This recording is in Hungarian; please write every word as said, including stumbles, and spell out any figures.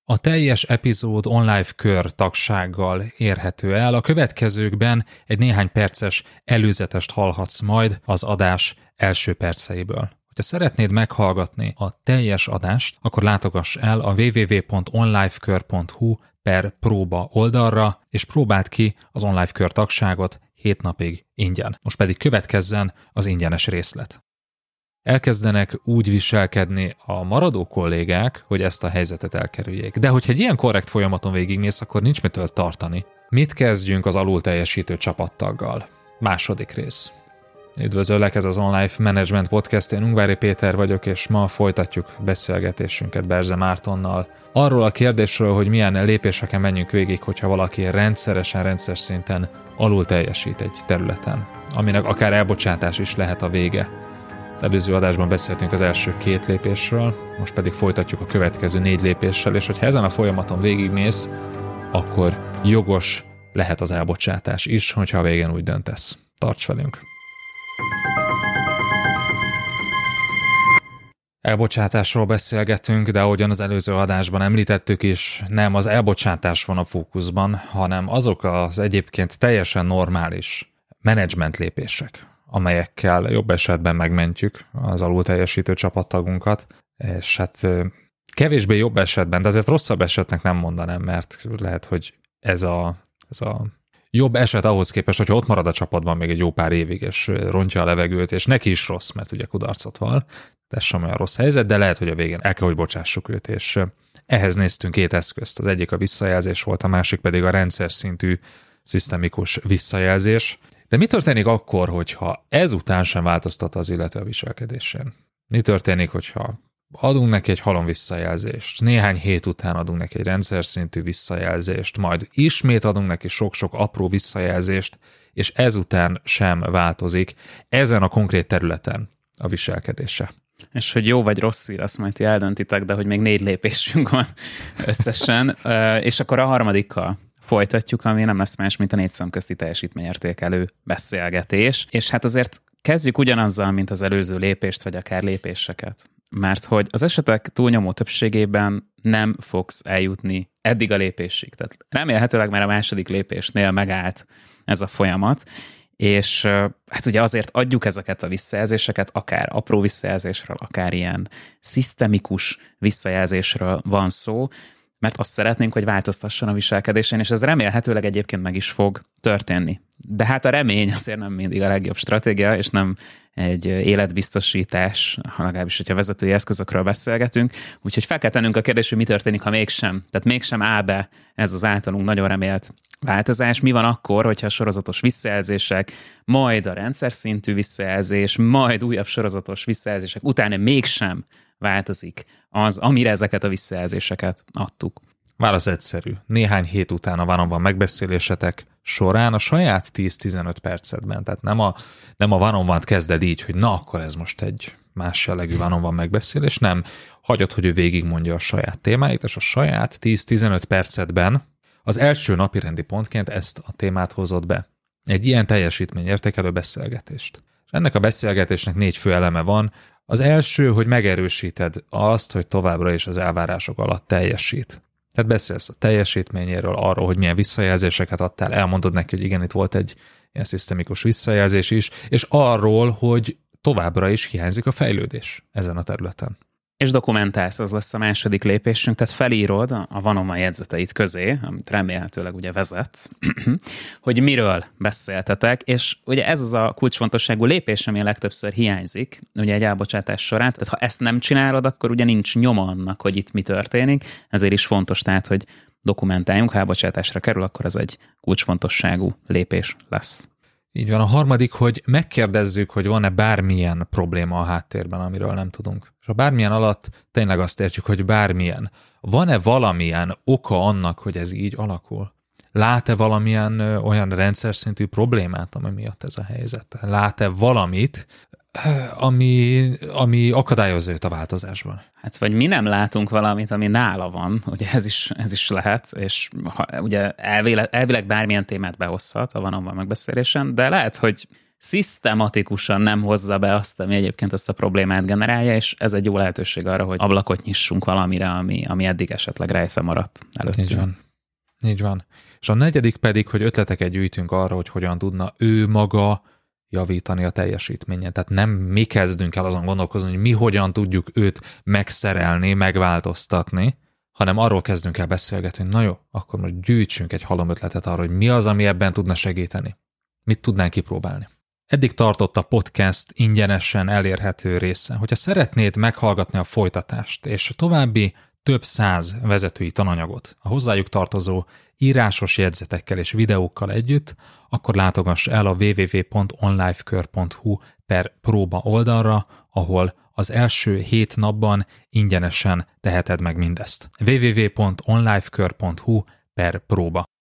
A teljes epizód online kör tagsággal érhető el. A következőkben egy néhány perces előzetest hallhatsz majd az adás első perceiből. Ha szeretnéd meghallgatni a teljes adást, akkor látogass el a www.onlifekör.hu per próba oldalra, és próbáld ki az online kör tagságot hét napig ingyen. Most pedig következzen az ingyenes részlet. Elkezdenek úgy viselkedni a maradó kollégák, hogy ezt a helyzetet elkerüljék. De hogyha egy ilyen korrekt folyamaton végigmész, akkor nincs mitől tartani. Mit kezdjünk az alul teljesítő csapattaggal? Második rész. Üdvözöllek, ez az Online Management Podcast, én Ungvári Péter vagyok, és ma folytatjuk beszélgetésünket Berze Mártonnal. Arról a kérdésről, hogy milyen lépéseken menjünk végig, hogyha valaki rendszeresen, rendszer szinten alul teljesít egy területen, aminek akár elbocsátás is lehet a vége. Az előző adásban beszéltünk az első két lépésről, most pedig folytatjuk a következő négy lépéssel, és hogyha ezen a folyamaton végigmész, akkor jogos lehet az elbocsátás is, hogyha a végén úgy döntesz. Tarts velünk! Elbocsátásról beszélgetünk, de ahogyan az előző adásban említettük is, nem az elbocsátás van a fókuszban, hanem azok az egyébként teljesen normális menedzsment lépések, amelyekkel jobb esetben megmentjük az alul teljesítő csapattagunkat, és hát kevésbé jobb esetben, de azért rosszabb esetnek nem mondanám, mert lehet, hogy ez a, ez a jobb eset ahhoz képest, hogyha ott marad a csapatban még egy jó pár évig, és rontja a levegőt, és neki is rossz, mert ugye kudarcot val, ez sem olyan rossz helyzet, de lehet, hogy a végén el kell, hogy bocsássuk őt, és ehhez néztünk két eszközt. Az egyik a visszajelzés volt, a másik pedig a rendszer szintű, szisztemikus visszajelzés. De mi történik akkor, hogyha ezután sem változtat az illető a viselkedésén? Mi történik, hogyha adunk neki egy halom visszajelzést, néhány hét után adunk neki egy rendszer szintű visszajelzést, majd ismét adunk neki sok-sok apró visszajelzést, és ezután sem változik ezen a konkrét területen a viselkedése? És hogy jó vagy rossz ír, azt majd ti eldöntitek, de hogy még négy lépésünk van összesen, és akkor a harmadikkal folytatjuk, ami nem lesz más, mint a négy szemközti teljesítményértékelő beszélgetés. És hát azért kezdjük ugyanazzal, mint az előző lépést, vagy akár lépéseket. Mert hogy az esetek túlnyomó többségében nem fogsz eljutni eddig a lépésig. Tehát remélhetőleg már a második lépésnél megállt ez a folyamat, és hát ugye azért adjuk ezeket a visszajelzéseket, akár apró visszajelzésről, akár ilyen szisztemikus visszajelzésről van szó, mert azt szeretnénk, hogy változtasson a viselkedésen, és ez remélhetőleg egyébként meg is fog történni. De hát a remény azért nem mindig a legjobb stratégia, és nem egy életbiztosítás, legalábbis, hogyha vezetői eszközökről beszélgetünk. Úgyhogy fel kell tennünk a kérdést, hogy mi történik, ha mégsem. Tehát mégsem áll be ez az általunk nagyon remélt változás. Mi van akkor, hogyha a sorozatos visszajelzések, majd a rendszer szintű visszajelzés, majd újabb sorozatos visszajelzések utána mégsem változik az, amire ezeket a visszajelzéseket adtuk? Válasz egyszerű. Néhány hét után a one-on-one megbeszélésetek során a saját tíz-tizenöt percedben, tehát nem a, nem a one-on-one-t kezded így, hogy na, akkor ez most egy más jellegű one-on-one megbeszélés, nem. Hagyod, hogy ő végigmondja a saját témáit, és a saját tíz-tizenöt percedben az első napirendi pontként ezt a témát hozod be. Egy ilyen teljesítményértékelő beszélgetést. És ennek a beszélgetésnek négy fő eleme van. Az első, hogy megerősíted azt, hogy továbbra is az elvárások alatt teljesít. Tehát beszélsz a teljesítményéről, arról, hogy milyen visszajelzéseket adtál, elmondod neki, hogy igen, itt volt egy ilyen szisztemikus visszajelzés is, és arról, hogy továbbra is hiányzik a fejlődés ezen a területen. És dokumentálsz, az lesz a második lépésünk, tehát felírod a one-on-one jegyzeteid közé, amit remélhetőleg ugye vezetsz, hogy miről beszéltetek, és ugye ez az a kulcsfontosságú lépés, ami a legtöbbször hiányzik, ugye egy elbocsátás során, tehát ha ezt nem csinálod, akkor ugye nincs nyoma annak, hogy itt mi történik, ezért is fontos tehát, hogy dokumentáljunk, ha elbocsátásra kerül, akkor ez egy kulcsfontosságú lépés lesz. Így van. A harmadik, hogy megkérdezzük, hogy van-e bármilyen probléma a háttérben, amiről nem tudunk. És a bármilyen alatt tényleg azt értjük, hogy bármilyen. Van-e valamilyen oka annak, hogy ez így alakul? Lát-e valamilyen ö, olyan rendszer szintű problémát, ami miatt ez a helyzet? Lát-e valamit, ami, ami akadályozza őt a változásban? Hát vagy mi nem látunk valamit, ami nála van, ugye ez is, ez is lehet, és ha, ugye elvileg, elvileg bármilyen témát behozhat a one-on-one megbeszélésen, de lehet, hogy szisztematikusan nem hozza be azt, ami egyébként ezt a problémát generálja, és ez egy jó lehetőség arra, hogy ablakot nyissunk valamire, ami, ami eddig esetleg rejtve maradt előttünk. Így van. Így van. És a negyedik pedig, hogy ötleteket gyűjtünk arra, hogy hogyan tudna ő maga javítani a teljesítményen. Tehát nem mi kezdünk el azon gondolkozni, hogy mi hogyan tudjuk őt megszerelni, megváltoztatni, hanem arról kezdünk el beszélgetni, hogy na jó, akkor most gyűjtsünk egy halom ötletet arra, hogy mi az, ami ebben tudna segíteni. Mit tudnánk kipróbálni. Eddig tartott a podcast ingyenesen elérhető része. Hogyha szeretnéd meghallgatni a folytatást, és további több száz vezetői tananyagot a hozzájuk tartozó írásos jegyzetekkel és videókkal együtt, akkor látogass el a www pont onlifekör pont hu per próba oldalra, ahol az első hét napban ingyenesen teheted meg mindezt. www pont onlifekör pont hu per próba.